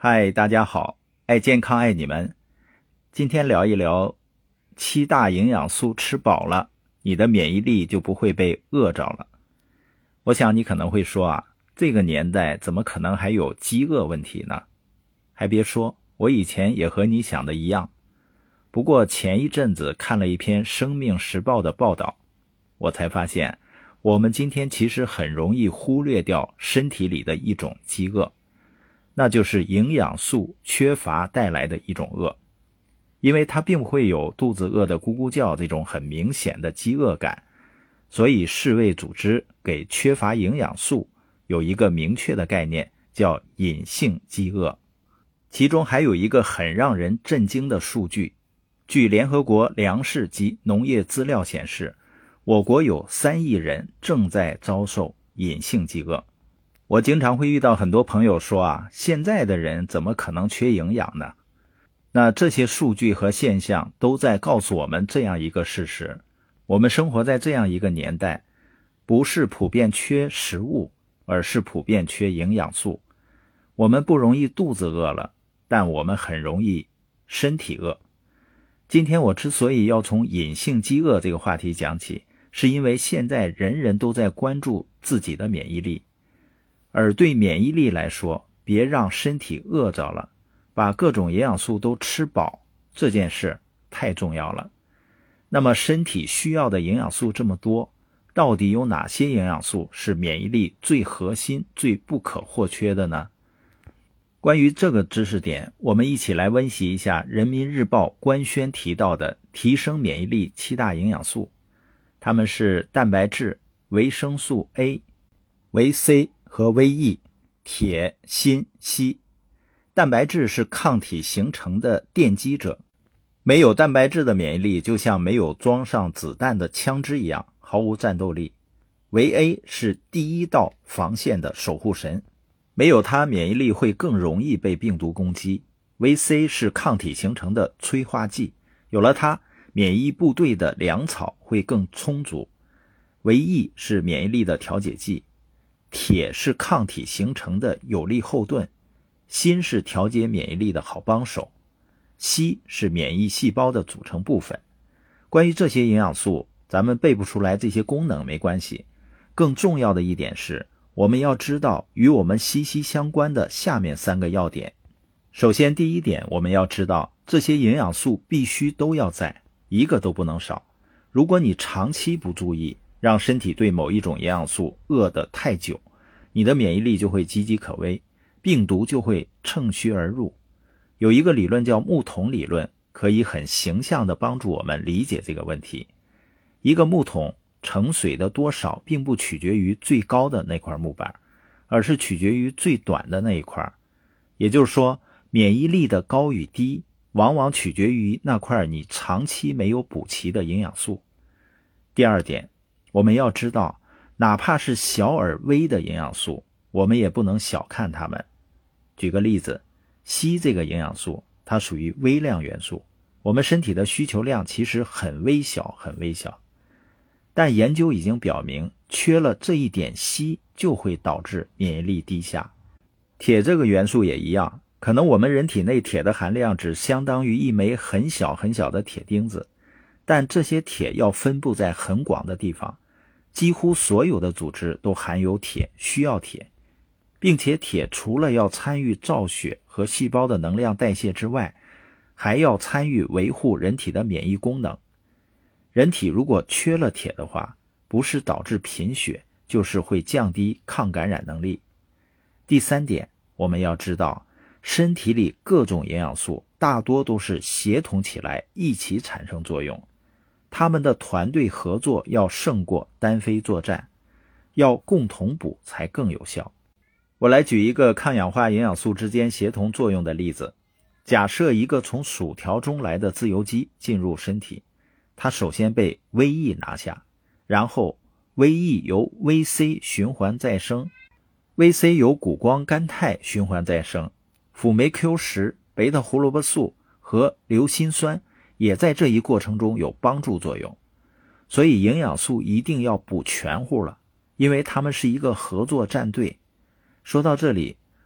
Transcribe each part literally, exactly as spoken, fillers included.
嗨，大家好，爱健康爱你们。今天聊一聊七大营养素吃饱了，你的免疫力就不会被饿着了。我想你可能会说啊，这个年代怎么可能还有饥饿问题呢？还别说，我以前也和你想的一样。不过前一阵子看了一篇《生命时报》的报道，我才发现我们今天其实很容易忽略掉身体里的一种饥饿，那就是营养素缺乏带来的一种饿。因为它并不会有肚子饿得咕咕叫这种很明显的饥饿感，所以世卫组织给缺乏营养素有一个明确的概念，叫隐性饥饿。其中还有一个很让人震惊的数据，据联合国粮食及农业资料显示，我国有三亿人正在遭受隐性饥饿。我经常会遇到很多朋友说啊，现在的人怎么可能缺营养呢？那这些数据和现象都在告诉我们这样一个事实，我们生活在这样一个年代，不是普遍缺食物，而是普遍缺营养素。我们不容易肚子饿了，但我们很容易身体饿。今天我之所以要从隐性饥饿这个话题讲起，是因为现在人人都在关注自己的免疫力。而对免疫力来说，别让身体饿着了，把各种营养素都吃饱，这件事太重要了。那么身体需要的营养素这么多，到底有哪些营养素是免疫力最核心、最不可或缺的呢？关于这个知识点，我们一起来温习一下人民日报官宣提到的提升免疫力七大营养素。它们是蛋白质、维生素 A、维 C 和维 E、铁、锌、硒。蛋白质是抗体形成的奠基者，没有蛋白质的免疫力就像没有装上子弹的枪支一样，毫无战斗力。维 A 是第一道防线的守护神，没有它免疫力会更容易被病毒攻击。维 C 是抗体形成的催化剂，有了它，免疫部队的粮草会更充足。维 E 是免疫力的调节剂，铁是抗体形成的有力后盾，锌是调节免疫力的好帮手，硒是免疫细胞的组成部分。关于这些营养素，咱们背不出来这些功能没关系，更重要的一点是，我们要知道与我们息息相关的下面三个要点。首先，第一点，我们要知道这些营养素必须都要在，一个都不能少。如果你长期不注意，让身体对某一种营养素饿得太久，你的免疫力就会岌岌可危，病毒就会乘虚而入。有一个理论叫木桶理论，可以很形象地帮助我们理解这个问题。一个木桶盛水的多少并不取决于最高的那块木板，而是取决于最短的那一块。也就是说，免疫力的高与低往往取决于那块你长期没有补齐的营养素。第二点，我们要知道，哪怕是小而微的营养素，我们也不能小看它们。举个例子，硒这个营养素，它属于微量元素，我们身体的需求量其实很微小很微小。但研究已经表明，缺了这一点硒就会导致免疫力低下。铁这个元素也一样，可能我们人体内铁的含量只相当于一枚很小很小的铁钉子，但这些铁要分布在很广的地方，几乎所有的组织都含有铁，需要铁，并且铁除了要参与造血和细胞的能量代谢之外，还要参与维护人体的免疫功能。人体如果缺了铁的话，不是导致贫血，就是会降低抗感染能力。第三点，我们要知道，身体里各种营养素大多都是协同起来一起产生作用，他们的团队合作要胜过单飞作战，要共同补才更有效。我来举一个抗氧化营养素之间协同作用的例子。假设一个从薯条中来的自由基进入身体，它首先被 维 E 拿下，然后 维 E 由 维 C 循环再生， 维 C 由谷胱甘肽循环再生，辅酶 Q 十、贝塔胡萝卜素和硫辛酸也在这一过程中有帮助作用。所以营养素一定要补全乎了，因为它们是一个合作战队。说到这里，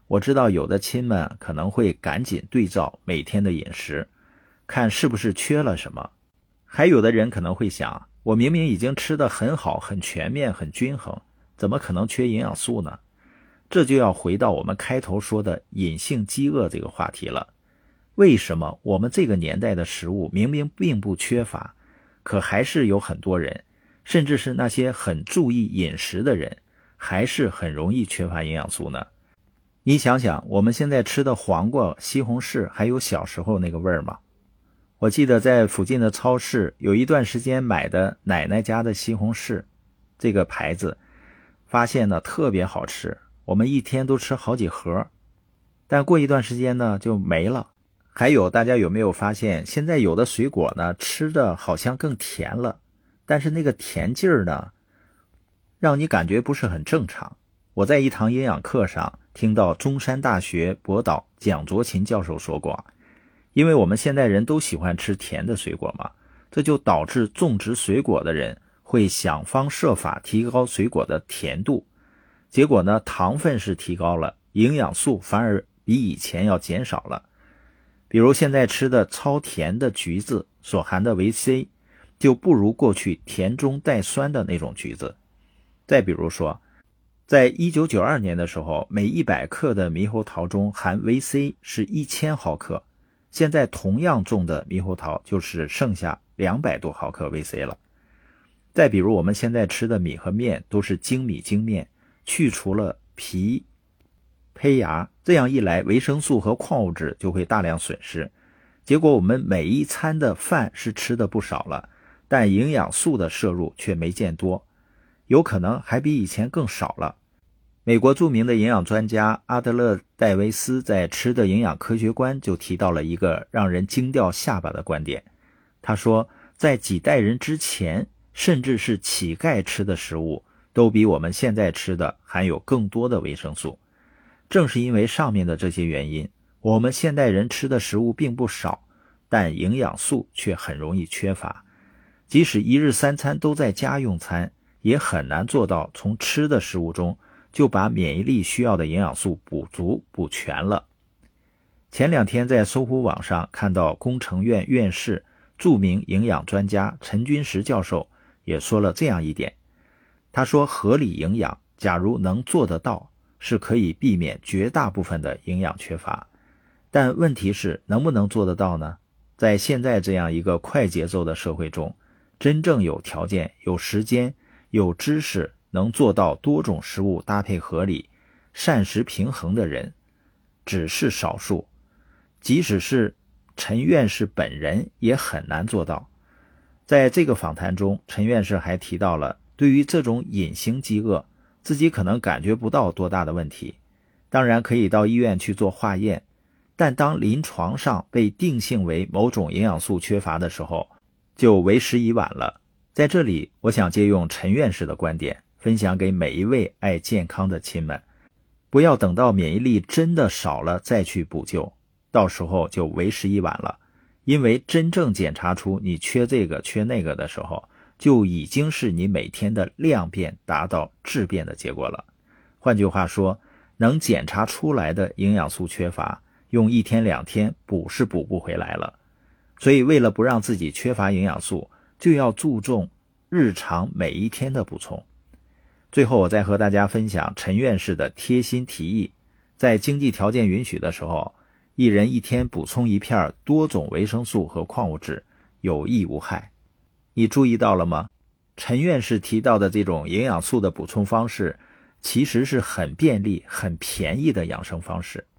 我知道有的亲们可能会赶紧对照每天的饮食，看是不是缺了什么。还有的人可能会想，我明明已经吃得很好、很全面、很均衡，怎么可能缺营养素呢？这就要回到我们开头说的隐性饥饿这个话题了。为什么我们这个年代的食物明明并不缺乏，可还是有很多人，甚至是那些很注意饮食的人，还是很容易缺乏营养素呢？你想想，我们现在吃的黄瓜、西红柿还有小时候那个味儿吗？我记得在附近的超市有一段时间买的奶奶家的西红柿，这个牌子发现呢特别好吃，我们一天都吃好几盒，但过一段时间呢就没了。还有，大家有没有发现现在有的水果呢吃的好像更甜了，但是那个甜劲儿呢让你感觉不是很正常。我在一堂营养课上听到中山大学博导蒋卓勤教授说过，因为我们现代人都喜欢吃甜的水果嘛，这就导致种植水果的人会想方设法提高水果的甜度，结果呢糖分是提高了，营养素反而比以前要减少了。比如现在吃的超甜的橘子所含的维 C 就不如过去甜中带酸的那种橘子。再比如说，在一九九二年的时候，每一百克的猕猴桃中含维 C 是一千毫克，现在同样重的猕猴桃就是剩下两百多毫克维 C 了。再比如我们现在吃的米和面都是精米精面，去除了皮胚芽，这样一来维生素和矿物质就会大量损失，结果我们每一餐的饭是吃的不少了，但营养素的摄入却没见多，有可能还比以前更少了。美国著名的营养专家阿德勒戴维斯在《吃的营养科学观》就提到了一个让人惊掉下巴的观点。他说，在几代人之前，甚至是乞丐吃的食物都比我们现在吃的含有更多的维生素。正是因为上面的这些原因，我们现代人吃的食物并不少，但营养素却很容易缺乏。即使一日三餐都在家用餐，也很难做到从吃的食物中就把免疫力需要的营养素补足补全了。前两天在搜狐网上看到工程院院士、著名营养专家陈君实教授也说了这样一点。他说，合理营养假如能做得到，是可以避免绝大部分的营养缺乏。但问题是能不能做得到呢？在现在这样一个快节奏的社会中，真正有条件、有时间、有知识能做到多种食物搭配合理、膳食平衡的人只是少数，即使是陈院士本人也很难做到。在这个访谈中，陈院士还提到了对于这种隐形饥饿，自己可能感觉不到多大的问题，当然可以到医院去做化验，但当临床上被定性为某种营养素缺乏的时候，就为时已晚了。在这里，我想借用陈院士的观点，分享给每一位爱健康的亲们，不要等到免疫力真的少了再去补救，到时候就为时已晚了。因为真正检查出你缺这个缺那个的时候，就已经是你每天的量变达到质变的结果了。换句话说，能检查出来的营养素缺乏，用一天两天补是补不回来了。所以为了不让自己缺乏营养素，就要注重日常每一天的补充。最后我再和大家分享陈院士的贴心提议，在经济条件允许的时候，一人一天补充一片多种维生素和矿物质，有益无害。你注意到了吗？陈院士提到的这种营养素的补充方式，其实是很便利、很便宜的养生方式。